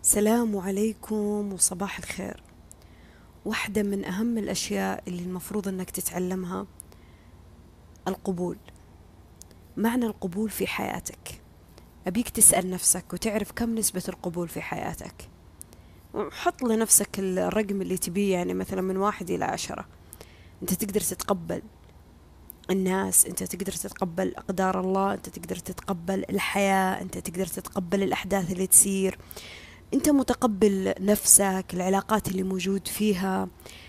السلام عليكم وصباح الخير. واحدة من أهم الأشياء اللي المفروض أنك تتعلمها القبول. معنى القبول في حياتك، أبيك تسأل نفسك وتعرف كم نسبة القبول في حياتك. حط لنفسك الرقم اللي تبيه، يعني مثلا من 1 إلى 10. أنت تقدر تتقبل الناس، أنت تقدر تتقبل أقدار الله، أنت تقدر تتقبل الحياة، أنت تقدر تتقبل الأحداث اللي تصير، أنت متقبل نفسك، العلاقات اللي موجود فيها،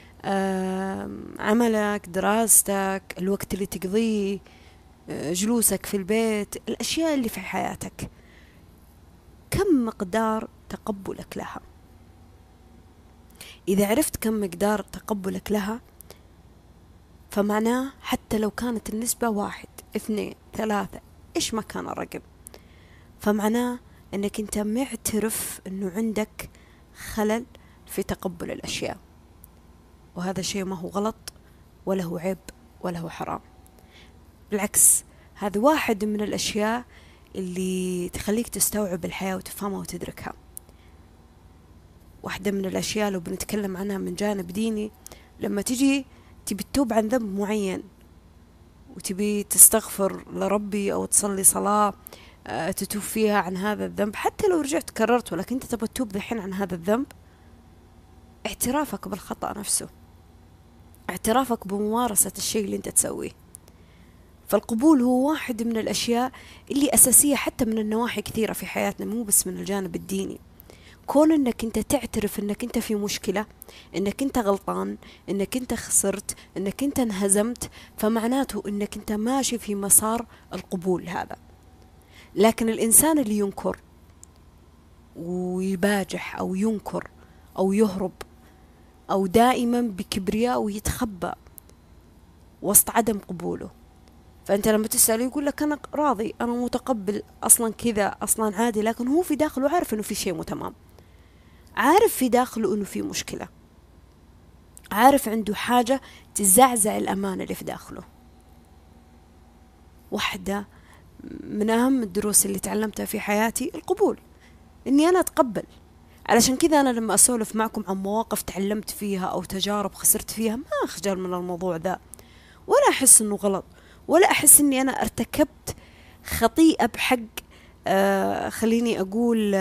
عملك، دراستك، الوقت اللي تقضيه، جلوسك في البيت، الأشياء اللي في حياتك، كم مقدار تقبلك لها؟ إذا عرفت كم مقدار تقبلك لها، فمعناه حتى لو كانت النسبة 1 2 3، إيش ما كان الرقم، فمعناه أنك أنت معترف أنه عندك خلل في تقبل الأشياء، وهذا شيء ما هو غلط ولا هو عيب ولا هو حرام. بالعكس، هذا واحد من الأشياء اللي تخليك تستوعب الحياة وتفهمها وتدركها. واحدة من الأشياء لو بنتكلم عنها من جانب ديني، لما تجي تبي تتوب عن ذنب معين وتبي تستغفر لربي أو تصلي صلاة تتوب فيها عن هذا الذنب، حتى لو رجعت كررت ولكن أنت تبغى تتوب ذحين عن هذا الذنب، اعترافك بالخطأ نفسه، اعترافك بممارسة الشيء اللي أنت تسويه. فالقبول هو واحد من الأشياء اللي أساسية حتى من النواحي كثيرة في حياتنا، مو بس من الجانب الديني. كون أنك أنت تعترف أنك أنت في مشكلة، أنك أنت غلطان، أنك أنت خسرت، أنك أنت انهزمت، فمعناته أنك أنت ماشي في مسار القبول هذا. لكن الإنسان اللي ينكر ويباجح أو ينكر أو يهرب أو دائما بكبرياء ويتخبى وسط عدم قبوله، فأنت لما تسأله يقول لك أنا راضي، أنا متقبل، أصلا كذا، أصلا عادي، لكن هو في داخله عارف أنه في شيء مو تمام، عارف في داخله أنه في مشكلة، عارف عنده حاجة تزعزع الأمان اللي في داخله. واحدة من أهم الدروس اللي تعلمتها في حياتي القبول، إني أنا أتقبل. علشان كذا أنا لما أسولف معكم عن مواقف تعلمت فيها أو تجارب خسرت فيها، ما أخجل من الموضوع ذا، ولا أحس أنه غلط، ولا أحس أني أنا ارتكبت خطيئة بحق خليني أقول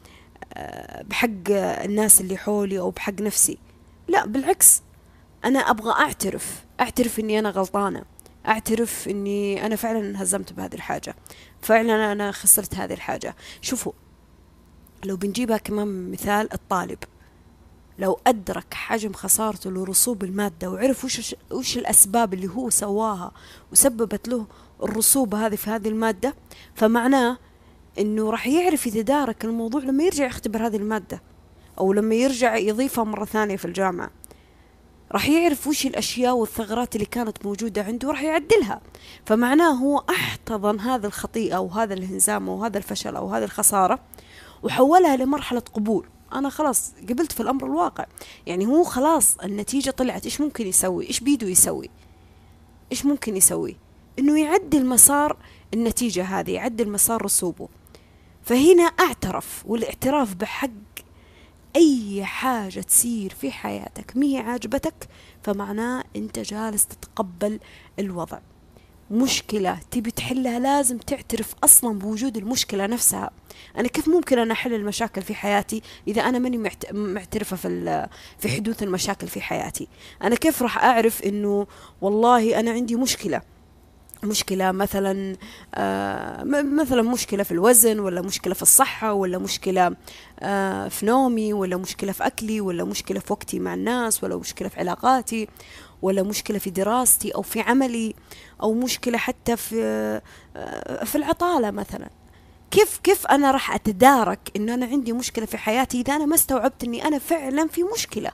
بحق الناس اللي حولي أو بحق نفسي. لا، بالعكس، أنا أبغى أعترف أني أنا غلطانة، أعترف أني أنا فعلا انهزمت بهذه الحاجة، فعلا أنا خسرت هذه الحاجة. شوفوا، لو بنجيبها كمان مثال، الطالب لو أدرك حجم خسارته لرسوب المادة وعرف وش الأسباب اللي هو سواها وسببت له الرسوبة هذه في هذه المادة، فمعناه إنه راح يعرف يتدارك الموضوع لما يرجع يختبر هذه المادة، أو لما يرجع يضيفها مرة ثانية في الجامعة، راح يعرف وش الأشياء والثغرات اللي كانت موجودة عنده وراح يعدلها. فمعناه هو احتضن هذا الخطيئة وهذا الانهزام وهذا الفشل أو هذه الخسارة وحولها لمرحلة قبول. أنا خلاص قبلت في الأمر الواقع، يعني هو خلاص النتيجة طلعت، إيش ممكن يسوي؟ إيش بيده يسوي؟ إيش ممكن يسوي؟ إنه يعدل مسار النتيجة هذه، يعدل مسار رسوبه. فهنا اعترف، والاعتراف بحق أي حاجة تصير في حياتك مهي عاجبتك، فمعناه أنت جالس تتقبل الوضع. مشكلة تبي تحلها لازم تعترف أصلا بوجود المشكلة نفسها. أنا كيف ممكن أنا أحل المشاكل في حياتي إذا أنا ماني معترفة في حدوث المشاكل في حياتي؟ أنا كيف راح أعرف إنه والله أنا عندي مشكلة مثلا مثلا مشكلة في الوزن، ولا مشكلة في الصحة، ولا مشكلة في نومي، ولا مشكلة في أكلي، ولا مشكلة في وقتي مع الناس، ولا مشكلة في علاقاتي، ولا مشكلة في دراستي أو في عملي، أو مشكلة حتى في العطالة مثلا. كيف أنا راح أتدارك إنه أنا عندي مشكلة في حياتي إذا أنا ما استوعبت إني أنا فعلا في مشكلة؟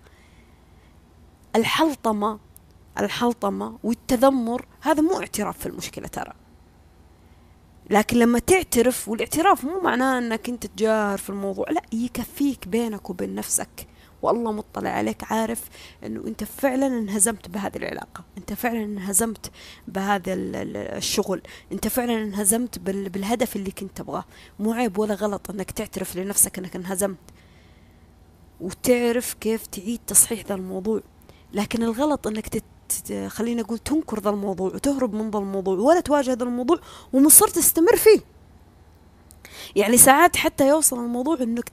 الحلطمة والتذمر هذا مو اعتراف في المشكلة ترى. لكن لما تعترف، والاعتراف مو معناه انك انت تجاهر في الموضوع، لا، يكفيك بينك وبين نفسك والله مطلع عليك، عارف انه انت فعلا انهزمت بهذه العلاقة، انت فعلا انهزمت بهذا الشغل، انت فعلا انهزمت بالهدف اللي كنت تبغاه. مو عيب ولا غلط انك تعترف لنفسك انك انهزمت، وتعرف كيف تعيد تصحيح ذا الموضوع. لكن الغلط انك خلينا نقول تنكر ذا الموضوع وتهرب من ذا الموضوع ولا تواجه ذا الموضوع ومصر تستمر فيه. يعني ساعات حتى يوصل الموضوع انك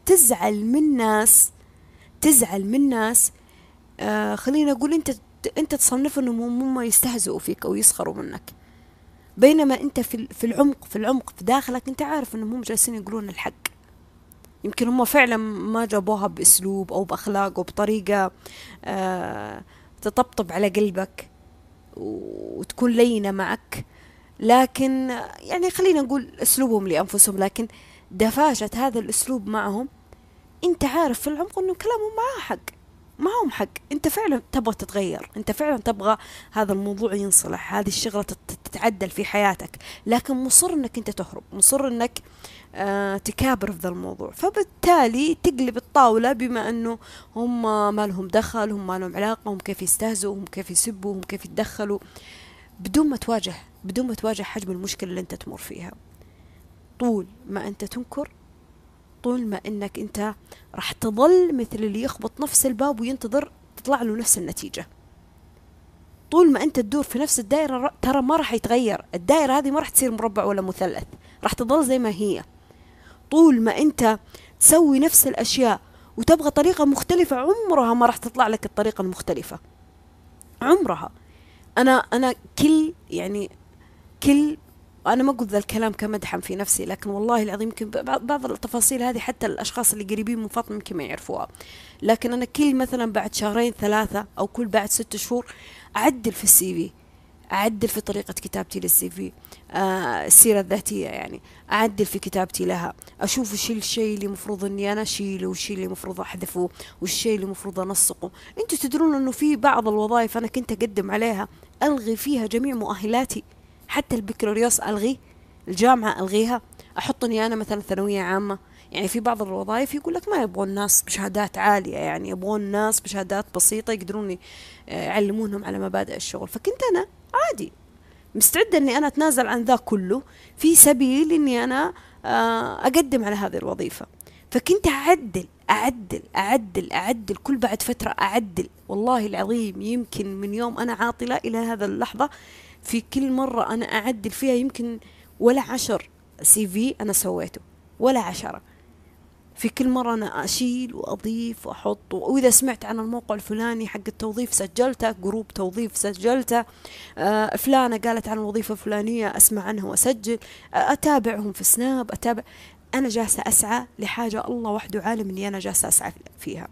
تزعل من ناس خلينا نقول انت تصنف انهم هم يستهزئوا فيك او يسخروا منك، بينما انت في العمق في داخلك انت عارف انهم هم جالسين يقولون الحق. يمكن هم فعلا ما جابوها باسلوب او باخلاق او بطريقة تطبطب على قلبك وتكون لينة معك، لكن يعني خلينا نقول اسلوبهم لانفسهم، لكن دفاشة هذا الاسلوب معهم انت عارف في العمق انه كلامهم معهم حق. انت فعلا تبغى تتغير، انت فعلا تبغى هذا الموضوع ينصلح، هذه الشغلة تتعدل في حياتك، لكن مصر انك انت تهرب، مصر انك تكابر في ذا الموضوع. فبالتالي تقلب الطاولة بما انه هم ما لهم دخل، هم ما لهم علاقة، هم كيف يستهزئوا، هم كيف يسبوا، هم كيف يتدخلوا، بدون ما تواجه حجم المشكلة اللي انت تمر فيها. طول ما انت تنكر، طول ما انك انت راح تظل مثل اللي يخبط نفس الباب وينتظر تطلع له نفس النتيجة. طول ما انت تدور في نفس الدائرة ترى ما راح يتغير الدائرة هذه، ما راح تصير مربع ولا مثلث، راح تظل زي ما هي. طول ما انت تسوي نفس الاشياء وتبغى طريقة مختلفة، عمرها ما راح تطلع لك الطريقة المختلفة، عمرها. انا كل أنا ما قلت ذا الكلام كمدحا في نفسي، لكن والله العظيم يمكن بعض التفاصيل هذه حتى الأشخاص اللي قريبين من فاطمة يمكن ما يعرفوها، لكن أنا كل مثلا بعد 2-3 أو كل بعد 6 شهور أعدل في السي في، أعدل في طريقة كتابتي للسي في، السيرة الذاتية يعني، أعدل في كتابتي لها، أشوف وش الشيء اللي مفروض أني أنا أشيله والشيء اللي مفروض أحذفه والشيء اللي مفروض أنسقه. أنتوا تدرون أنه في بعض الوظائف أنا كنت أقدم عليها ألغي فيها جميع مؤهلاتي، حتى البكالوريوس ألغي، الجامعة ألغيها، أحط إني أنا مثلا ثانوية عامة. يعني في بعض الوظائف يقول لك ما يبغون ناس بشهادات عالية، يعني يبغون ناس بشهادات بسيطة يقدرون يعلمونهم على مبادئ الشغل. فكنت أنا عادي مستعدة إني أنا أتنازل عن ذا كله في سبيل إني أنا أقدم على هذه الوظيفة. فكنت أعدل كل بعد فترة أعدل، والله العظيم يمكن من يوم أنا عاطلة إلى هذا اللحظة في كل مرة أنا أعدل فيها يمكن ولا 10 سي في أنا سويته، ولا 10. في كل مرة أنا أشيل وأضيف وأحط، وإذا سمعت عن الموقع الفلاني حق التوظيف سجلته، جروب توظيف سجلته، فلانة قالت عن الوظيفة الفلانية أسمع عنها وأسجل، أتابعهم في سناب، أنا جالسة أسعى لحاجة الله وحده عالم أني أنا جالسة أسعى فيها.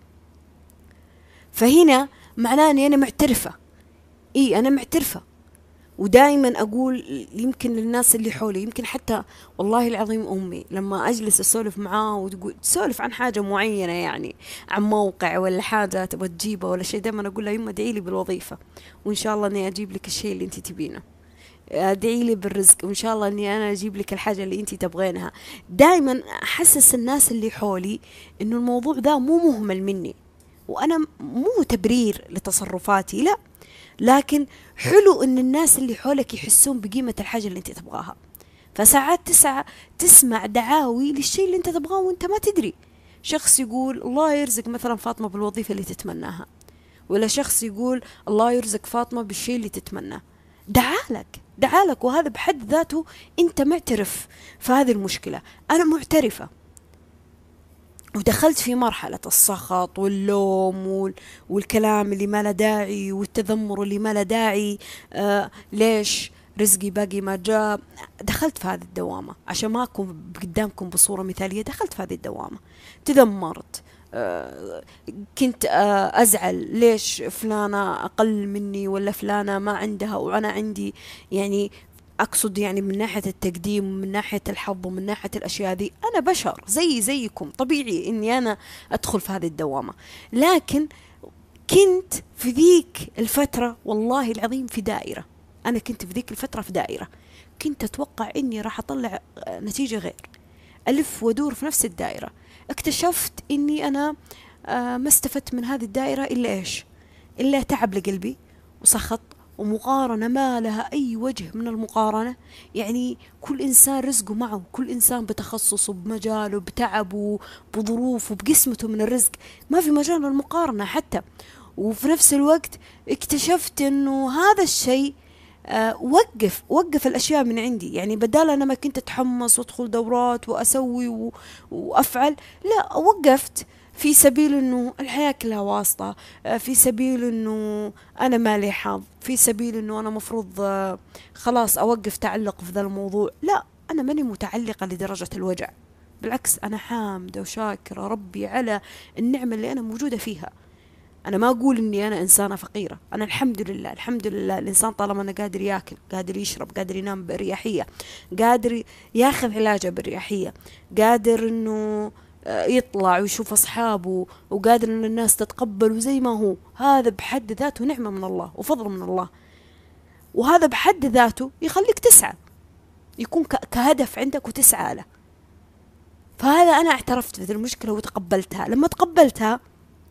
فهنا معناه أني أنا معترفة، أنا معترفة. ودائما أقول يمكن للناس اللي حولي، يمكن حتى والله العظيم أمي لما أجلس أسولف معاه وتقول تسولف عن حاجة معينة، يعني عن موقع ولا حاجة تبغى تجيبه ولا شيء، دائما أقول لها يما ادعي لي بالوظيفة وإن شاء الله إني أجيب لك الشيء اللي أنت تبينه، ادعي لي بالرزق وإن شاء الله إني أنا أجيب لك الحاجة اللي أنت تبغينها. دائما أحسس الناس اللي حولي إنه الموضوع ذا مو مهمل مني، وأنا مو تبرير لتصرفاتي، لا، لكن حلو ان الناس اللي حولك يحسون بقيمة الحاجة اللي انت تبغاها. فساعات تسمع دعاوي للشيء اللي انت تبغاه وانت ما تدري. شخص يقول الله يرزق مثلا فاطمة بالوظيفة اللي تتمناها، ولا شخص يقول الله يرزق فاطمة بالشيء اللي تتمناه، دعالك وهذا بحد ذاته انت معترف في هذه المشكلة. انا معترفة ودخلت في مرحلة السخط واللوم والكلام اللي ما له داعي والتذمر اللي ما له داعي، ليش رزقي باقي ما جاء. دخلت في هذه الدوامة عشان ما أكون قدامكم بصورة مثالية، دخلت في هذه الدوامة، تذمرت، كنت أزعل ليش فلانة أقل مني ولا فلانة ما عندها وأنا عندي، يعني أقصد يعني من ناحية التقديم ومن ناحية الحظ ومن ناحية الأشياء ذي. أنا بشر زيكم، طبيعي إني أنا أدخل في هذه الدوامة. لكن كنت في ذيك الفترة والله العظيم في دائرة، أنا كنت في ذيك الفترة في دائرة، كنت أتوقع إني راح أطلع نتيجة غير، ألف ودور في نفس الدائرة. اكتشفت إني أنا ما استفدت من هذه الدائرة إلا إيش؟ إلا تعب لقلبي وسخط ومقارنة ما لها أي وجه من المقارنة. يعني كل إنسان رزقه معه، كل إنسان بتخصصه بمجاله بتعبه بظروفه بقسمته من الرزق، ما في مجال للمقارنة حتى. وفي نفس الوقت اكتشفت انه هذا الشيء وقف الاشياء من عندي. يعني بدال انا ما كنت اتحمس وادخل دورات واسوي وافعل، لا وقفت في سبيل انه الحياة كلها واسطة، في سبيل انه انا مالي حظ، في سبيل انه انا مفروض خلاص اوقف تعلق في ذا الموضوع. لا، انا ماني متعلقة لدرجة الوجع، بالعكس انا حامدة وشاكرة ربي على النعمة اللي انا موجودة فيها. انا ما اقول اني انا انسانه فقيره، انا الحمد لله الحمد لله الانسان طالما انه قادر ياكل، قادر يشرب، قادر ينام باريحيه، قادر ياخذ علاجه باريحيه، قادر انه يطلع ويشوف اصحابه، وقادر ان الناس تتقبله زي ما هو. هذا بحد ذاته نعمه من الله وفضل من الله، وهذا بحد ذاته يخليك تسعى، يكون كهدف عندك وتسعى له. فهذا انا اعترفت بهذه المشكله وتقبلتها. لما تقبلتها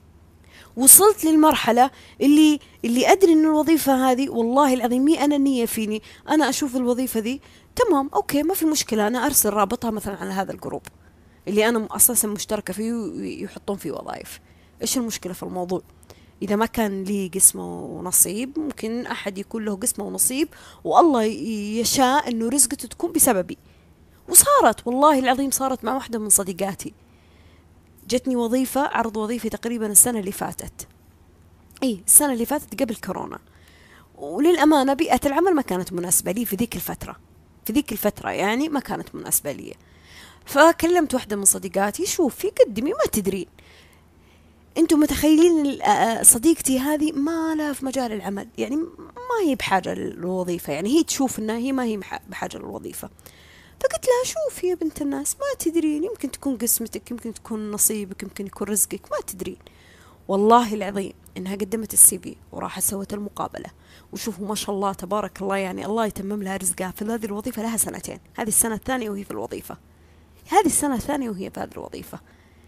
وصلت للمرحلة اللي أدري إن الوظيفة هذه والله العظيم مي أنا النية فيني، أنا أشوف الوظيفة ذي تمام أوكي ما في مشكلة، أنا أرسل رابطها مثلا على هذا الجروب اللي أنا أساسا مشتركة فيه ويحطون فيه وظائف. إيش المشكلة في الموضوع؟ إذا ما كان لي قسمة ونصيب ممكن أحد يكون له قسمة ونصيب، والله يشاء إنه رزقته تكون بسببي. وصارت والله العظيم صارت مع واحدة من صديقاتي، جتني وظيفة، عرض وظيفي تقريبا السنة اللي فاتت، السنة اللي فاتت قبل كورونا. وللأمانة بيئة العمل ما كانت مناسبة لي في ذيك الفترة يعني ما كانت مناسبة لي. فكلمت واحدة من صديقاتي، شوفي قدمي ما تدرين، انتم متخيلين صديقتي هذه ما لها في مجال العمل، يعني ما هي بحاجة للوظيفة، يعني هي تشوف انها هي ما هي بحاجة للوظيفة. فقلت لها شوفي يا بنت الناس ما تدرين، يمكن تكون قسمتك، يمكن تكون نصيبك، يمكن يكون رزقك، ما تدرين. والله العظيم انها قدمت السي في وراحت سوت المقابلة، وشوفوا ما شاء الله تبارك الله، يعني الله يتمم لها رزقها في هذه الوظيفة. لها سنتين، هذه السنة الثانية وهي في الوظيفة، هذه السنة الثانية وهي في هذه الوظيفة،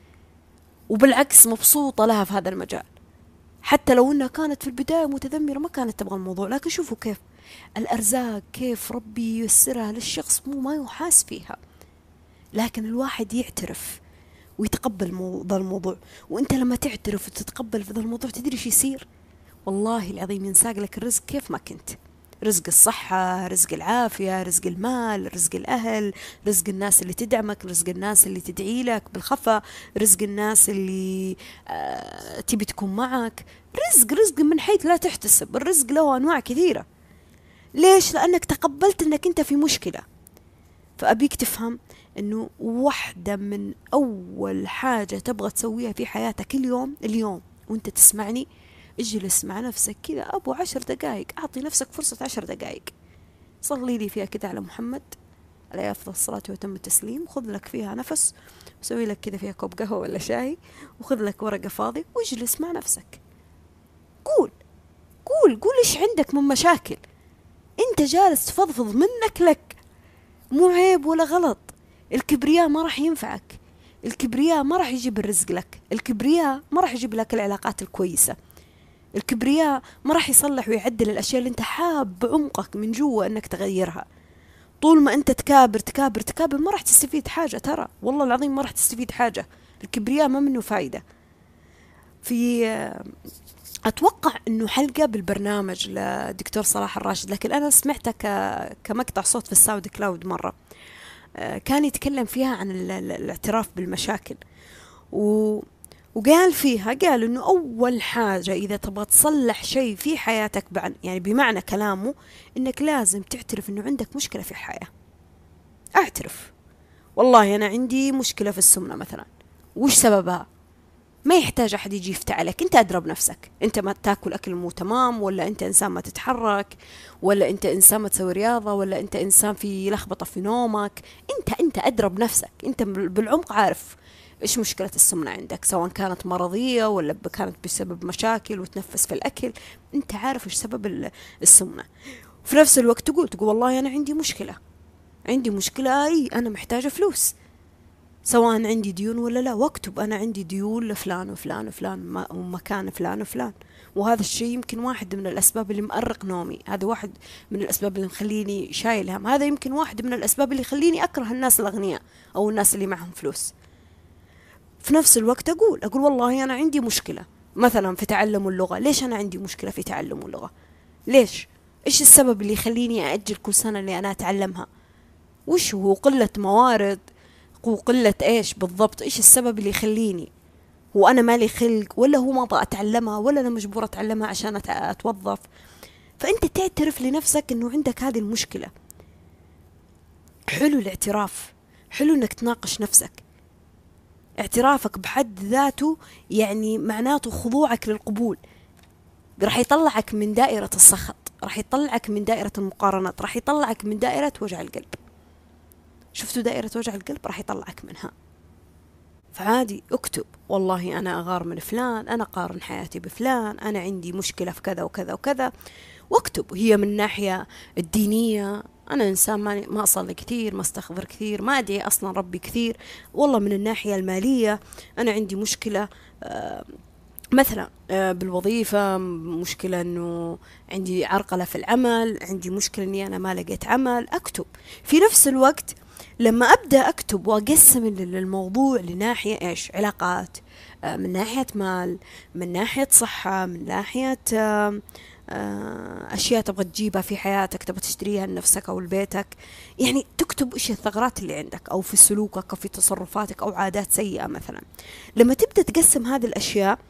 وبالعكس مبسوطة لها في هذا المجال. حتى لو انها كانت في البداية متذمرة ما كانت تبغى الموضوع، لكن شوفوا كيف الأرزاق، كيف ربي ييسرها للشخص مو ما يحاس فيها. لكن الواحد يعترف ويتقبل ذا الموضوع. وانت لما تعترف وتتقبل في ذا الموضوع تدري شو يصير؟ والله العظيم ينساق لك الرزق كيف ما كنت، رزق الصحة، رزق العافية، رزق المال، رزق الأهل، رزق الناس اللي تدعمك، رزق الناس اللي تدعي لك بالخفا، رزق الناس اللي تبي تكون معك. رزق من حيث لا تحتسب. الرزق له أنواع كثيرة. ليش؟ لأنك تقبلت أنك أنت في مشكلة. فأبيك تفهم أنه واحدة من أول حاجة تبغى تسويها في حياتك اليوم وأنت تسمعني، اجلس مع نفسك كذا أبو 10 دقائق، أعطي نفسك فرصة 10 دقائق، صلي لي فيها كذا على محمد عليه أفضل الصلاة وتم التسليم، خذ لك فيها نفس، وسوي لك كذا فيها كوب قهوة ولا شاي، وخذ لك ورقة فاضية واجلس مع نفسك. قول إيش عندك من مشاكل. أنت جالس تفضفض منك لك، مو عيب ولا غلط. الكبرياء ما راح ينفعك، الكبرياء ما راح يجيب الرزق لك، الكبرياء ما راح يجيب لك العلاقات الكويسة، الكبرياء ما راح يصلح ويعدل الأشياء اللي أنت حاب بعمقك من جوا أنك تغيرها. طول ما أنت تكابر ما راح تستفيد حاجة، ترى والله العظيم ما راح تستفيد حاجة. الكبرياء ما منه فايدة. في أتوقع أنه حلقة بالبرنامج لدكتور صلاح الراشد، لكن أنا سمعتها كمقطع صوت في الساوند كلاود مرة، كان يتكلم فيها عن الاعتراف بالمشاكل، وقال فيها قال إنه أول حاجة إذا تبغى تصلح شيء في حياتك يعني بمعنى كلامه إنك لازم تعترف إنه عندك مشكلة في الحياة. أعترف والله أنا عندي مشكلة في السمنة مثلا، وش سببها؟ ما يحتاج أحد يجي يفتح عليك، أنت أدرى بنفسك. أنت ما تاكل أكل مو تمام، ولا أنت إنسان ما تتحرك، ولا أنت إنسان ما تسوي رياضة، ولا أنت إنسان في لخبطة في نومك. أنت أدرى بنفسك، أنت بالعمق عارف إيش مشكلة السمنة عندك، سواء كانت مرضية ولا كانت بسبب مشاكل وتنفس في الأكل. أنت عارف إيش سبب السمنة. في نفس الوقت تقول والله أنا عندي مشكلة أي أنا محتاجة فلوس. سواء عندي ديون ولا لا، واكتب أنا عندي ديون لفلان وفلان وفلان ومكان فلان وفلان. وهذا الشيء يمكن واحد من الأسباب اللي مأرق نومي، هذا واحد من الأسباب اللي مخليني شايل هم، هذا يمكن واحد من الأسباب اللي يخليني أكره الناس الأغنياء أو الناس اللي معهم فلوس. في نفس الوقت أقول والله أنا عندي مشكلة مثلا في تعلم اللغة. ليش أنا عندي مشكلة في تعلم اللغة؟ ليش؟ إيش السبب اللي يخليني أأجل كل سنة اللي أنا أتعلمها؟ وش هو؟ قلة موارد؟ قلة إيش بالضبط؟ إيش السبب اللي يخليني؟ هو أنا مالي خلق، ولا هو ما أبغى أتعلمها، ولا أنا مجبورة أتعلمها عشان أتوظف؟ فأنت تعترف لنفسك أنه عندك هذه المشكلة. حلو الاعتراف، حلو أنك تناقش نفسك. اعترافك بحد ذاته يعني معناته خضوعك للقبول. راح يطلعك من دائرة السخط، راح يطلعك من دائرة المقارنات، راح يطلعك من دائرة وجع القلب. شفتوا دائرة وجع القلب؟ راح يطلعك منها. فعادي اكتب والله أنا أغار من فلان، أنا قارن حياتي بفلان، أنا عندي مشكلة في كذا وكذا وكذا، واكتب. هي من الناحية الدينية أنا إنسان ما أصلي كثير، ما استغفر كثير، ما أدعي أصلا ربي كثير. والله من الناحية المالية أنا عندي مشكلة مثلا بالوظيفة، مشكلة أنه عندي عرقلة في العمل، عندي مشكلة أني أنا ما لقيت عمل. أكتب في نفس الوقت. لما أبدأ أكتب وأقسم الموضوع لناحية إيش؟ علاقات، من ناحية مال، من ناحية صحة، من ناحية أشياء تبغى تجيبها في حياتك، تبغى تشتريها لنفسك أو لبيتك. يعني تكتب إيش الثغرات اللي عندك أو في سلوكك أو في تصرفاتك أو عادات سيئة مثلا. لما تبدأ تقسم هذه الأشياء،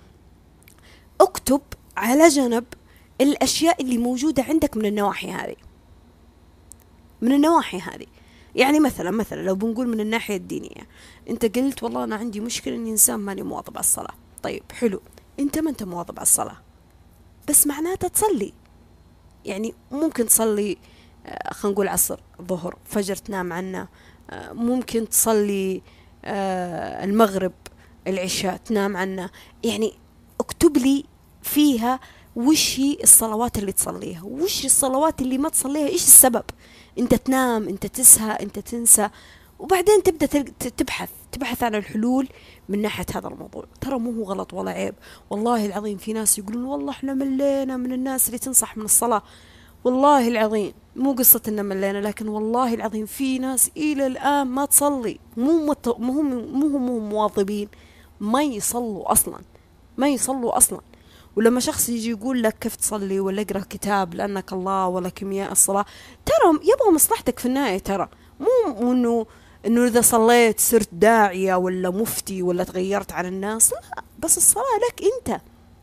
اكتب على جنب الأشياء اللي موجودة عندك من النواحي هذه، من النواحي هذه. يعني مثلا لو بنقول من الناحية الدينية، انت قلت والله انا عندي مشكلة اني انسان ماني مواظب على الصلاة. طيب حلو، انت ما انت مواظب على الصلاة، بس معناته تصلي. يعني ممكن تصلي خلينا نقول عصر، ظهر، فجر تنام عنه، ممكن تصلي المغرب، العشاء تنام عنه. يعني اكتب لي فيها وش هي الصلوات اللي تصليها، وش الصلوات اللي ما تصليها، ايش السبب. انت تنام، انت تسهى، انت تنسى، وبعدين تبدأ تبحث عن الحلول من ناحية هذا الموضوع. ترى مو هو غلط ولا عيب. والله العظيم في ناس يقولون والله احنا ملينا من الناس اللي تنصح من الصلاة. والله العظيم مو قصة إن ملينا، لكن والله العظيم في ناس إلى الآن ما تصلي، مو هم مواظبين، ما يصلوا أصلا، ما يصلوا أصلا. ولما شخص يجي يقول لك كيف تصلي ولا اقرأ كتاب لأنك الله ولا كيمياء الصلاة، ترى يبغى مصلحتك في النهاية. ترى مو إنه إذا صليت صرت داعية ولا مفتي ولا تغيرت على الناس، لا، بس الصلاة لك أنت،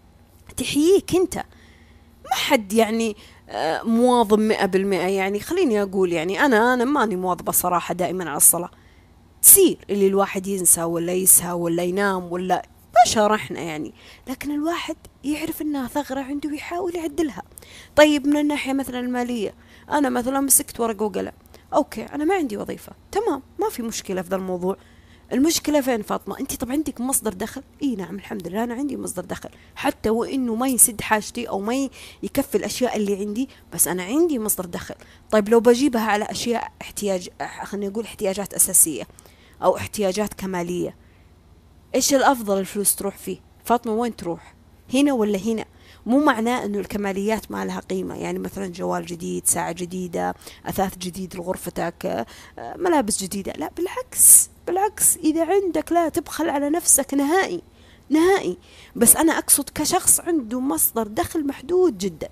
تحييك أنت. ما حد يعني مواظب 100%. يعني خليني أقول يعني أنا ماني مواظبة صراحة دائما على الصلاة. تصير اللي الواحد ينسى ولا يسهى ولا ينام ولا بشر احنا يعني، لكن الواحد يعرف انها ثغرة عنده ويحاول يعدلها. طيب من الناحية مثلا المالية، انا مثلا مسكت ورقة وقلم، اوكي انا ما عندي وظيفة، تمام، ما في مشكلة في ذا الموضوع. المشكلة فين فاطمة؟ انت طب عندك مصدر دخل؟ اي نعم الحمد لله انا عندي مصدر دخل، حتى وانه ما يسد حاجتي او ما يكفي الاشياء اللي عندي، بس انا عندي مصدر دخل. طيب لو بجيبها على اشياء احتياج، خلينا نقول احتياجات اساسية او احتياجات كمالية، ايش الافضل الفلوس تروح فيه؟ فاطمة وين تروح؟ هنا ولا هنا؟ مو معناه انه الكماليات ما لها قيمة. يعني مثلا جوال جديد، ساعة جديدة، اثاث جديد لغرفتك، ملابس جديدة، لا بالعكس، بالعكس اذا عندك لا تبخل على نفسك نهائي نهائي. بس انا اقصد كشخص عنده مصدر دخل محدود جدا.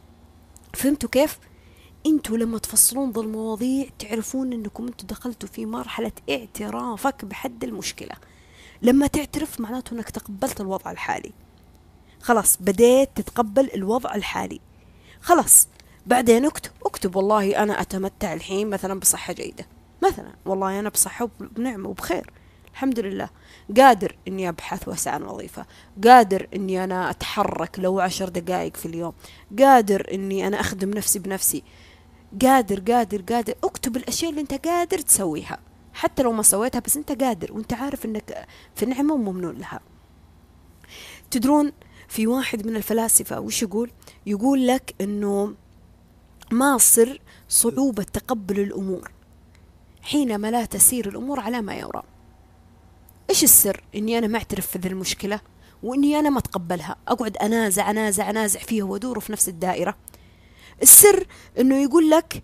فهمتوا كيف؟ انتوا لما تفصلون ذا المواضيع تعرفون انكم انتوا دخلتوا في مرحلة اعترافك بحد المشكلة. لما تعترف معناته انك تقبلت الوضع الحالي، خلاص بديت تتقبل الوضع الحالي. خلاص بعدين اكتب والله انا اتمتع الحين مثلا بصحة جيدة، مثلا والله انا بصحة وبنعمة وبخير الحمد لله، قادر اني ابحث واسعى عن وظيفة، قادر اني انا اتحرك لو 10 دقائق في اليوم، قادر اني انا اخدم نفسي بنفسي، قادر. اكتب الاشياء اللي انت قادر تسويها، حتى لو ما سويتها بس انت قادر وانت عارف انك في نعمة وممنون لها. تدرون في واحد من الفلاسفة وش يقول لك انه ما سر صعوبة تقبل الامور حينما لا تسير الامور على ما يرام. إيش السر؟ إني أنا معترف في ذي المشكلة، وإني أنا ما أتقبلها، أقعد أنازع أنازع أنازع فيها وأدور في نفس الدائرة. السر إنه يقول لك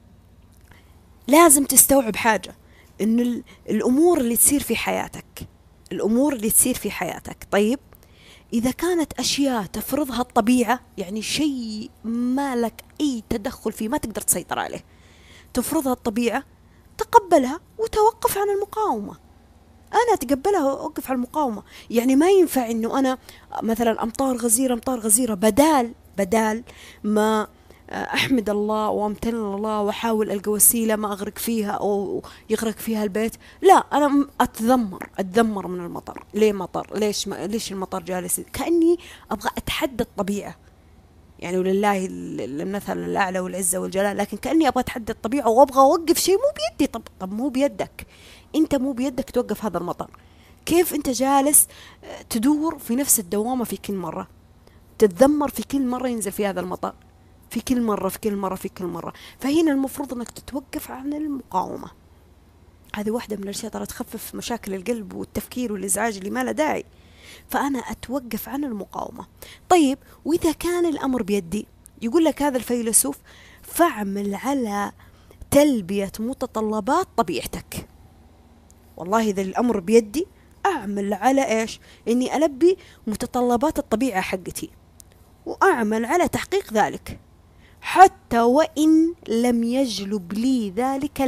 لازم تستوعب حاجة، إنه الأمور اللي تصير في حياتك، الأمور اللي تصير في حياتك، طيب إذا كانت أشياء تفرضها الطبيعة، يعني شيء ما لك أي تدخل فيه، ما تقدر تسيطر عليه، تفرضها الطبيعة، تقبلها وتوقف عن المقاومة. أنا أتقبلها وأوقف على المقاومة. يعني ما ينفع إنه أنا مثلا أمطار غزيرة أمطار غزيرة، بدال ما أحمد الله وأمتن الله وأحاول ألقى وسيلة ما أغرق فيها أو يغرق فيها البيت، لا أنا أتذمر من المطر. ليه مطر؟ ليش المطر جالس؟ كأني أبغى أتحدى الطبيعة، يعني ولله المثل الأعلى والعزة والجلال، لكن كأني أبغى أتحدى الطبيعة وأبغى أوقف شيء مو بيدي. طب مو بيدك، أنت مو بيدك توقف هذا المطر. كيف أنت جالس تدور في نفس الدوامة في كل مرة، تتذمر في كل مرة ينزل في هذا المطر، في كل مرة في كل مرة في كل مرة؟ فهنا المفروض أنك تتوقف عن المقاومة. هذه واحدة من الأشياء ترى تخفف مشاكل القلب والتفكير والإزعاج اللي ما له داعي. فأنا أتوقف عن المقاومة. طيب وإذا كان الأمر بيدي، يقول لك هذا الفيلسوف، فاعمل على تلبية متطلبات طبيعتك. والله إذا الأمر بيدي أعمل على إيش؟ إني ألبي متطلبات الطبيعة حقتي، وأعمل على تحقيق ذلك، حتى وإن لم يجلب لي ذلك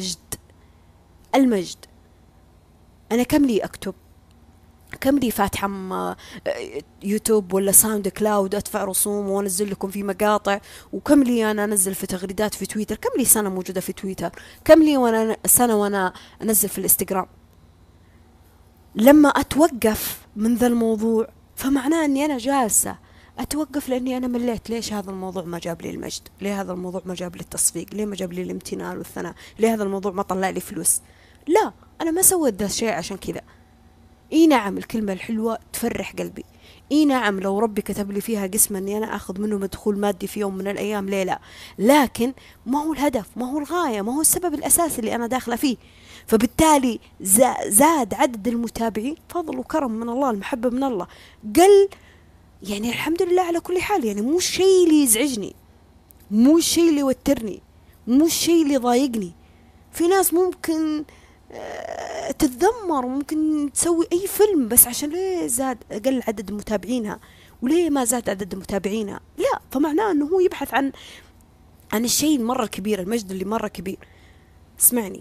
المجد. أنا كم لي أكتب، كم لي فاتحة يوتيوب ولا ساوند كلاود أدفع رسوم وأنزل لكم في مقاطع، وكم لي أنا أنزل في تغريدات في تويتر، كم لي سنة موجودة في تويتر، كم لي وأنا سنة وأنا أنزل في الإنستغرام. لما أتوقف من ذا الموضوع فمعناه أني أنا جالسة أتوقف لأني أنا مليت. ليش هذا الموضوع ما جاب لي المجد؟ ليه هذا الموضوع ما جاب لي التصفيق؟ ليه ما جاب لي الامتنان والثناء؟ ليه هذا الموضوع ما طلع لي فلوس؟ لا، أنا ما سويت ذا الشيء عشان كذا. اي نعم الكلمة الحلوة تفرح قلبي، اي نعم لو ربي كتب لي فيها قسمة اني انا اخذ منه مدخول مادي في يوم من الايام، ليه لا؟ لكن ما هو الهدف، ما هو الغاية، ما هو السبب الاساسي اللي انا داخلة فيه. فبالتالي زاد عدد المتابعين، فضل وكرم من الله، المحبة من الله. قل يعني الحمد لله على كل حال، يعني مو الشيء اللي يزعجني، مو الشيء اللي يوترني، مو الشيء اللي يضايقني. في ناس ممكن تتذمر وممكن تسوي أي فيلم بس عشان ليه زاد أقل عدد متابعينها، وليه ما زاد عدد متابعينها. لا، فمعناه أنه هو يبحث عن الشيء المرة الكبير، المجد اللي مرة كبير. اسمعني،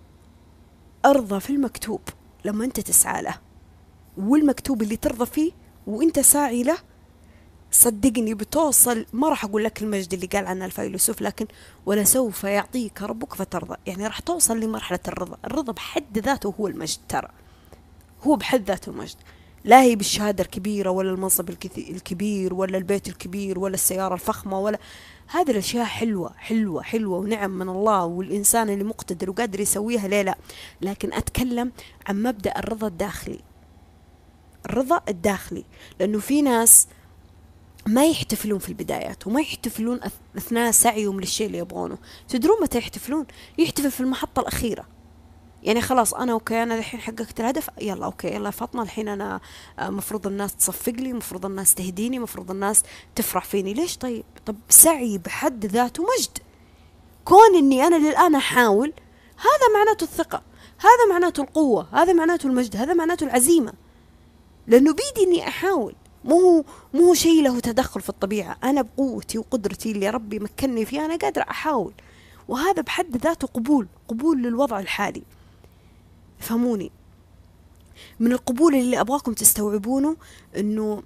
أرضى في المكتوب لما أنت تسعى له، والمكتوب اللي ترضى فيه وأنت ساعي له، صدقني بتوصل. ما راح أقول لك المجد اللي قال عنه الفيلسوف، لكن ولسوف يعطيك ربك فترضى. يعني راح توصل لمرحلة الرضا. الرضا بحد ذاته هو المجد، ترى هو بحد ذاته المجد. لا هي بالشهادة الكبيرة ولا المنصب الكبير ولا البيت الكبير ولا السيارة الفخمة، ولا هذه الأشياء حلوة حلوة حلوة ونعم من الله، والإنسان اللي مقتدر وقادر يسويها ليه لا. لكن أتكلم عن مبدأ الرضا الداخلي، الرضا الداخلي. لأنه في ناس ما يحتفلون في البدايات، وما يحتفلون أثناء سعيهم للشيء اللي يبغونه. تدرون متى يحتفلون؟ يحتفل في المحطة الأخيرة. يعني خلاص أنا أوكي، أنا الحين حققت الهدف، يلا أوكي، يلا فاطمة الحين أنا مفروض الناس تصفق لي، مفروض الناس تهديني، مفروض الناس تفرح فيني. ليش؟ طب سعي بحد ذاته مجد. كون إني أنا للآن أحاول، هذا معناته الثقة، هذا معناته القوة، هذا معناته المجد، هذا معناته العزيمة. لأنه بيدي إني أحاول، مو شيء له تدخل في الطبيعة. أنا بقوتي وقدرتي اللي ربي مكنني فيها أنا قادرة أحاول، وهذا بحد ذاته قبول للوضع الحالي. فهموني، من القبول اللي أبغاكم تستوعبونه أنه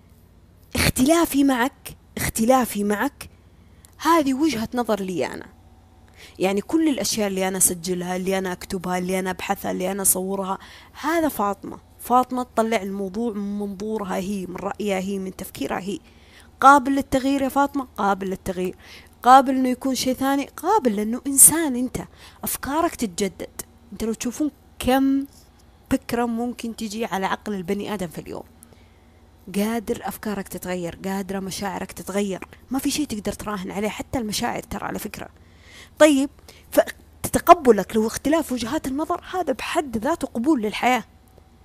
اختلافي معك هذه وجهة نظر لي أنا. يعني كل الأشياء اللي أنا أسجلها، اللي أنا أكتبها، اللي أنا أبحثها، اللي أنا أصورها، هذا فاطمة تطلع الموضوع من منظورها هي، من رأيها هي، من تفكيرها هي. قابل للتغيير يا فاطمة، قابل للتغيير. قابل انه يكون شيء ثاني، قابل، لانه انسان انت، افكارك تتجدد. انت لو تشوفون كم فكرة ممكن تجي على عقل البني ادم في اليوم، قادر افكارك تتغير، قادرة مشاعرك تتغير، ما في شيء تقدر تراهن عليه، حتى المشاعر ترى على فكرة. طيب، فتقبلك لو اختلاف وجهات النظر هذا بحد ذاته قبول للحياة.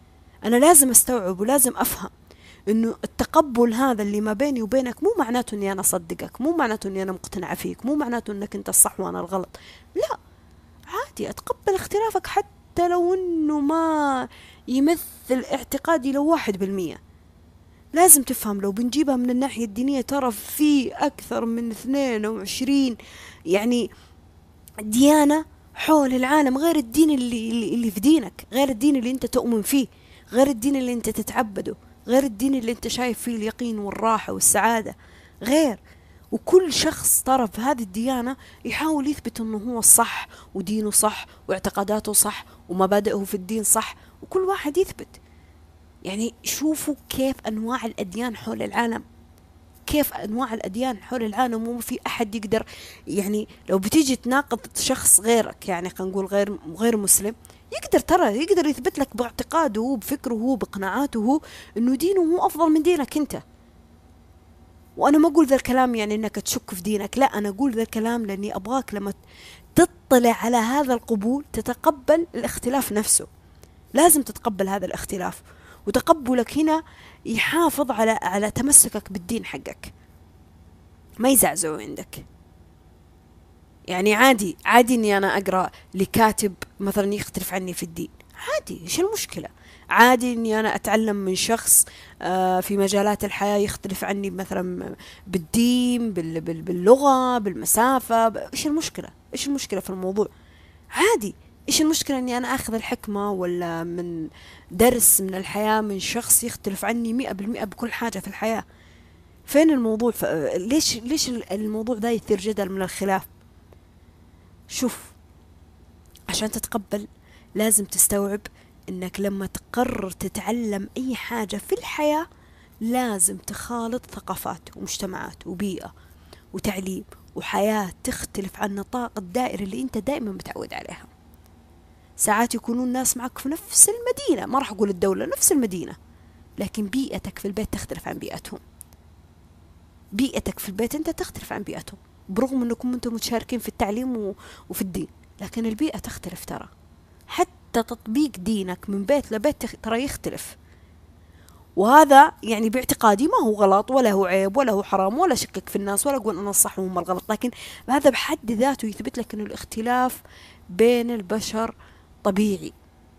أنا لازم أستوعب ولازم أفهم إنه التقبل هذا اللي ما بيني وبينك مو معناته إني أنا أصدقك، مو معناته إني أنا مقتنعة فيك، مو معناته إنك أنت الصح وأنا الغلط. لا، عادي أتقبل اختلافك حتى لو إنه ما يمثل اعتقادي لو 1%. لازم تفهم، لو بنجيبها من الناحية الدينية ترى في أكثر من 22 يعني ديانة حول العالم، غير الدين اللي في دينك، غير الدين اللي انت تؤمن فيه، غير الدين اللي انت تتعبده، غير الدين اللي انت شايف فيه اليقين والراحة والسعادة، غير. وكل شخص ترى في هذه الديانة يحاول يثبت انه هو الصح ودينه صح واعتقاداته صح ومبادئه في الدين صح، وكل واحد يثبت. يعني شوفوا كيف أنواع الأديان حول العالم، كيف أنواع الأديان حول العالم، وما في أحد يقدر، يعني لو بتيجي تناقض شخص غيرك، يعني خلينا نقول غير مسلم، يقدر يثبت لك باعتقاده هو، بفكره هو، بقناعاته هو، إنه دينه هو أفضل من دينك أنت. وأنا ما أقول ذا الكلام يعني إنك تشك في دينك، لا، أنا أقول ذا الكلام لأني أبغاك لما تطلع على هذا القبول تتقبل الاختلاف نفسه. لازم تتقبل هذا الاختلاف، وتقبلك هنا يحافظ على تمسكك بالدين حقك، ما يزعزعوا عندك. يعني عادي اني انا اقرا لكاتب مثلا يختلف عني في الدين، عادي، ايش المشكله؟ عادي اني انا اتعلم من شخص في مجالات الحياه يختلف عني مثلا بالدين، باللغه، بالمسافه، ايش المشكله؟ ايش المشكله في الموضوع؟ عادي. ايش المشكلة اني انا اخذ الحكمة ولا من درس من الحياة من شخص يختلف عني 100% بكل حاجة في الحياة؟ فين الموضوع؟ ليش الموضوع ده يثير جدل من الخلاف؟ شوف، عشان تتقبل لازم تستوعب انك لما تقرر تتعلم اي حاجة في الحياة لازم تخالط ثقافات ومجتمعات وبيئة وتعليم وحياة تختلف عن نطاق الدائرة اللي انت دائما متعود عليها. ساعات يكونون ناس معك في نفس المدينة، ما راح أقول الدولة، نفس المدينة، لكن بيئتك في البيت تختلف عن بيئتهم. بيئتك في البيت أنت تختلف عن بيئتهم، برغم أنكم أنتم متشاركين في التعليم وفي الدين، لكن البيئة تختلف ترى. حتى تطبيق دينك من بيت لبيت ترى يختلف. وهذا يعني باعتقادي ما هو غلط ولا هو عيب ولا هو حرام ولا شكك في الناس ولا أقول أنا الصح وهم الغلط، لكن هذا بحد ذاته يثبت لك أنه الاختلاف بين البشر طبيعي.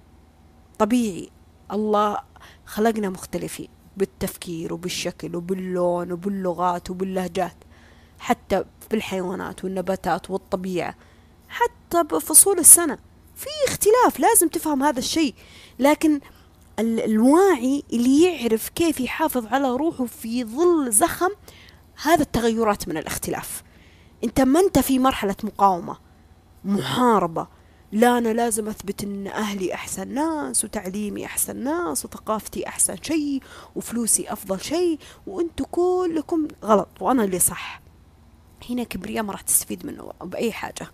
طبيعي، الله خلقنا مختلفين بالتفكير وبالشكل وباللون وباللغات وباللهجات، حتى بالحيوانات والنباتات والطبيعة، حتى بفصول السنة في اختلاف. لازم تفهم هذا الشيء، لكن الواعي اللي يعرف كيف يحافظ على روحه في ظل زخم هذا التغيرات من الاختلاف. انت ما انت في مرحلة مقاومة محاربة، لا أنا لازم أثبت أن أهلي أحسن ناس وتعليمي أحسن ناس وثقافتي أحسن شيء وفلوسي أفضل شيء وأنتوا كلكم غلط وأنا اللي صح. هنا كبرياء ما راح تستفيد منه بأي حاجة.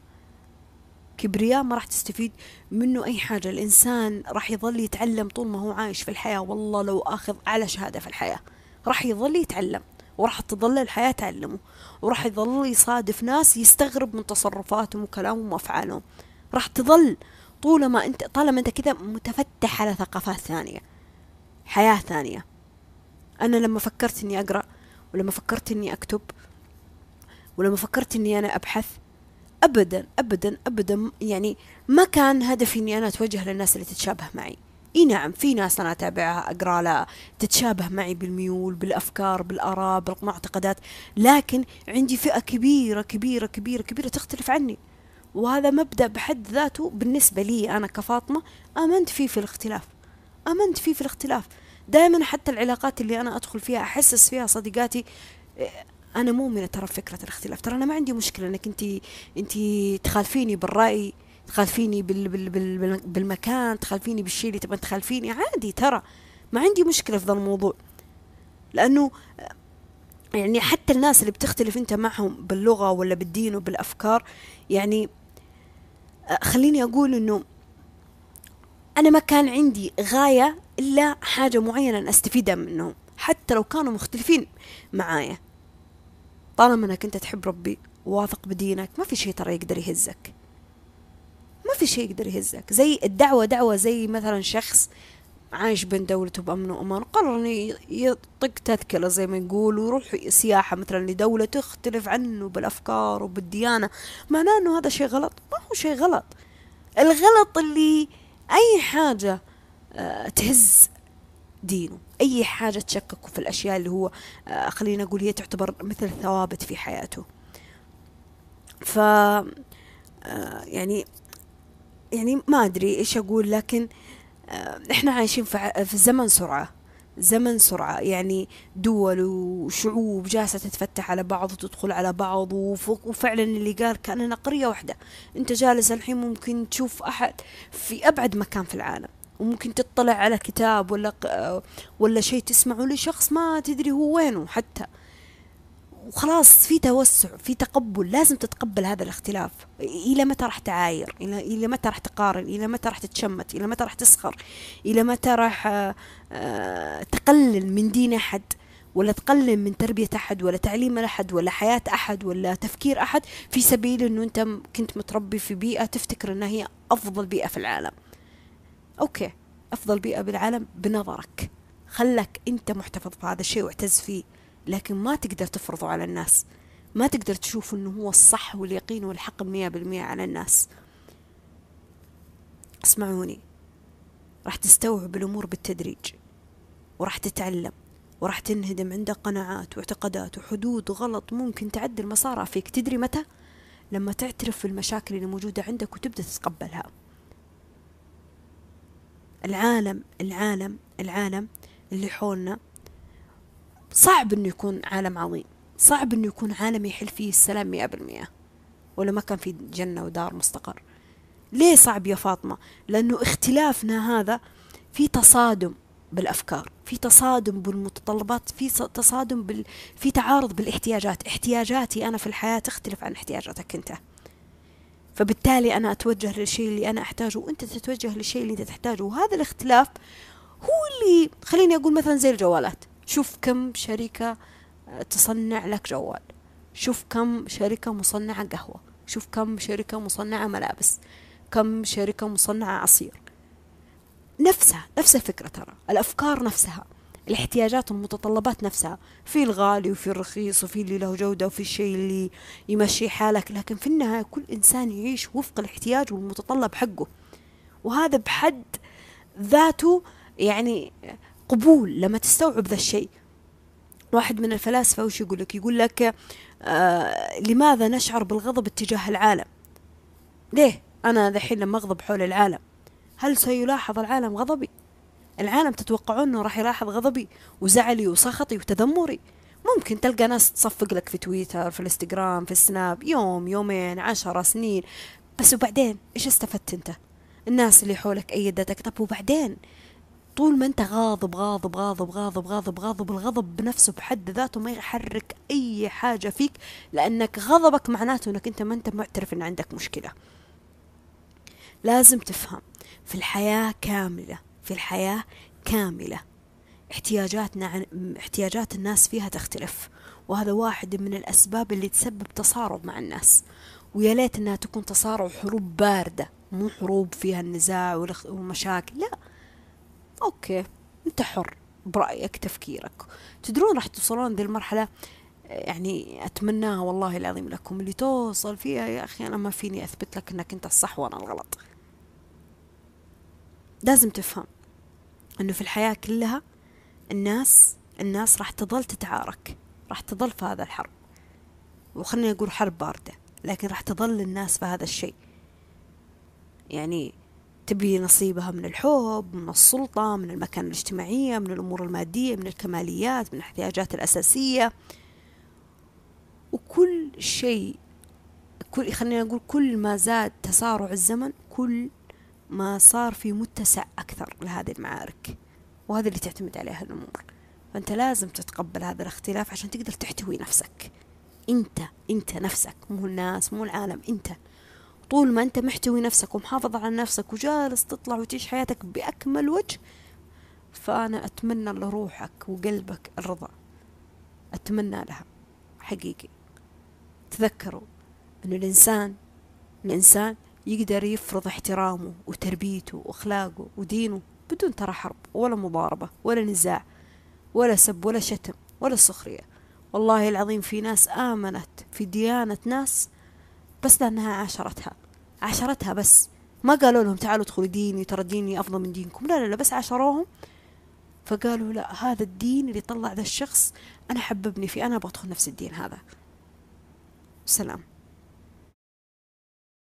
كبرياء ما راح تستفيد منه أي حاجة. الإنسان راح يظل يتعلم طول ما هو عايش في الحياة. والله لو أخذ أعلى شهادة في الحياة راح يظل يتعلم، وراح تظل الحياة تعلمه، وراح يظل يصادف ناس يستغرب من تصرفاتهم وكلامهم وأفعالهم. راح تظل طالما انت كذا متفتح على ثقافات ثانية، حياة ثانية. انا لما فكرت اني اقرأ، ولما فكرت اني اكتب، ولما فكرت اني انا ابحث، ابدا ابدا ابدا يعني ما كان هدفي اني انا اتوجه للناس اللي تتشابه معي. اي نعم، في ناس انا اتابعها اقرا لها تتشابه معي بالميول، بالافكار، بالاراء، بالمعتقدات، لكن عندي فئة كبيرة كبيرة كبيرة كبيرة تختلف عني. وهذا مبدأ بحد ذاته بالنسبة لي أنا كفاطمة آمنت فيه في الاختلاف. آمنت فيه في الاختلاف دائما. حتى العلاقات اللي أنا أدخل فيها أحسس فيها صديقاتي أنا مؤمنة ترى فكرة الاختلاف. ترى أنا ما عندي مشكلة أنك أنت تخالفيني بالرأي، تخالفيني بالمكان، تخالفيني بالشيء اللي تبغى تخالفيني، عادي ترى ما عندي مشكلة في ذا الموضوع. لأنه يعني حتى الناس اللي بتختلف أنت معهم باللغة ولا بالدين وبالأفكار، يعني خليني أقول أنه أنا ما كان عندي غاية إلا حاجة معينة أستفيدها منهم، حتى لو كانوا مختلفين معايا. طالما أنك أنت تحب ربي وواثق بدينك ما في شيء ترى يقدر يهزك، ما في شيء يقدر يهزك. زي الدعوة، دعوة زي مثلا شخص عايش بين دولته بأمن وأمان، قرر إنه يطق تذكرة زي ما يقول ويروح سياحة مثلا لدولة تختلف عنه بالأفكار وبالديانة، معناه إنه هذا شيء غلط؟ ما هو شيء غلط. الغلط اللي أي حاجة تهز دينه، أي حاجة تشككه في الأشياء اللي هو خلينا نقول هي تعتبر مثل ثوابت في حياته. ف يعني ما أدري إيش أقول، لكن إحنا عايشين في زمن سرعة، زمن سرعة. يعني دول وشعوب جالسة تتفتح على بعض وتدخل على بعض، وفعلا اللي قال كأننا قرية واحدة. أنت جالس الحين ممكن تشوف أحد في أبعد مكان في العالم، وممكن تطلع على كتاب ولا شيء تسمعه لشخص ما تدري هو وينه حتى. وخلاص في توسع، في تقبل، لازم تتقبل هذا الاختلاف. إلى متى راح تعاير؟ إلى متى راح تقارن؟ إلى متى راح تتشمت؟ إلى متى راح تسخر؟ إلى متى راح تقلل من دين أحد، ولا تقلل من تربية أحد، ولا تعليم أحد، ولا حياة أحد، ولا تفكير أحد، في سبيل أنه أنت كنت متربي في بيئة تفتكر أنها هي أفضل بيئة في العالم. أوكي، أفضل بيئة بالعالم بنظرك، خلك أنت محتفظ بهذا الشيء واعتز فيه، لكن ما تقدر تفرضه على الناس. ما تقدر تشوف أنه هو الصح واليقين والحق 100% على الناس. اسمعوني، راح تستوعب الأمور بالتدريج، وراح تتعلم، وراح تنهدم عندك قناعات واعتقادات وحدود غلط ممكن تعدل مسارها فيك. تدري متى؟ لما تعترف بالمشاكل اللي موجودة عندك وتبدأ تتقبلها. العالم اللي حولنا صعب انه يكون عالم عظيم، صعب انه يكون عالم يحل فيه السلام 100%، ولا ما كان في جنة ودار مستقر. ليه صعب يا فاطمة؟ لأنه اختلافنا هذا في تصادم بالأفكار، في تصادم بالمتطلبات، في تعارض بالاحتياجات. احتياجاتي أنا في الحياة تختلف عن احتياجاتك أنت، فبالتالي أنا أتوجه للشيء اللي أنا أحتاجه، وأنت تتوجه للشيء اللي أنت تحتاجه. وهذا الاختلاف هو اللي خليني أقول مثلا زي الجوالات. شوف كم شركة تصنع لك جوال، شوف كم شركة مصنعة قهوة، شوف كم شركة مصنعة ملابس، كم شركة مصنعة عصير. نفس الفكرة، ترى الأفكار نفسها، الاحتياجات والمتطلبات نفسها، في الغالي وفي الرخيص، وفي اللي له جودة وفي الشيء اللي يمشي حالك، لكن في النهاية كل إنسان يعيش وفق الاحتياج والمتطلب حقه. وهذا بحد ذاته يعني قبول لما تستوعب ذا الشيء. واحد من الفلاسفة وش يقول لك لماذا نشعر بالغضب اتجاه العالم؟ ليه أنا ذحين لما أغضب حول العالم، هل سيلاحظ العالم غضبي؟ العالم تتوقعون أنه راح يلاحظ غضبي وزعلي وسخطي وتذمري؟ ممكن تلقى ناس تصفق لك في تويتر، في الانستغرام، في السناب، يوم يومين 10 سنين، بس وبعدين إيش استفدت أنت؟ الناس اللي حولك أيدتك، طب وبعدين؟ طول ما أنت غاضب غاضب غاضب غاضب غاضب غاضب، الغضب بنفسه بحد ذاته ما يحرك أي حاجة فيك، لأنك غضبك معناته أنك أنت ما أنت معترف أن عندك مشكلة. لازم تفهم، في الحياة كاملة، في الحياة كاملة احتياجات الناس فيها تختلف، وهذا واحد من الأسباب اللي تسبب تصارع مع الناس. ويا ليت أنها تكون تصارع وحروب باردة، مو حروب فيها النزاع ومشاكل، لا. أوكي، أنت حر برأيك تفكيرك. تدرون راح توصلون ذي المرحلة، يعني أتمناها والله العظيم لكم، اللي توصل فيها يا أخي أنا ما فيني أثبت لك أنك أنت الصح وأنا الغلط. لازم تفهم أنه في الحياة كلها الناس راح تظل تتعارك، راح تظل في هذا الحرب، وخلني أقول حرب باردة، لكن راح تظل الناس في هذا الشيء. يعني تبي نصيبها من الحب، من السلطة، من المكانة الاجتماعية، من الأمور المادية، من الكماليات، من الاحتياجات الأساسية، وكل شيء. خلينا نقول كل ما زاد تسارع الزمن، كل ما صار في متسع أكثر لهذه المعارك، وهذا اللي تعتمد عليها الأمور. فأنت لازم تتقبل هذا الاختلاف عشان تقدر تحتوي نفسك. أنت نفسك، مو الناس، مو العالم، أنت. طول ما أنت محتوي نفسك ومحافظ على نفسك وجالس تطلع وتعيش حياتك بأكمل وجه، فأنا أتمنى لروحك وقلبك الرضا، أتمنى لها حقيقي. تذكروا أن الإنسان يقدر يفرض احترامه وتربيته وأخلاقه ودينه بدون ترى حرب ولا مضاربة ولا نزاع ولا سب ولا شتم ولا سخرية. والله العظيم في ناس آمنت في ديانة ناس بس لأنها عاشرتها بس، ما قالوا لهم تعالوا ادخلوا ديني ترى ديني أفضل من دينكم، لا لا لا، بس عاشروهم. فقالوا لا، هذا الدين اللي طلع ذا الشخص أنا حببني فيه، أنا أبغى أدخل نفس الدين هذا. سلام.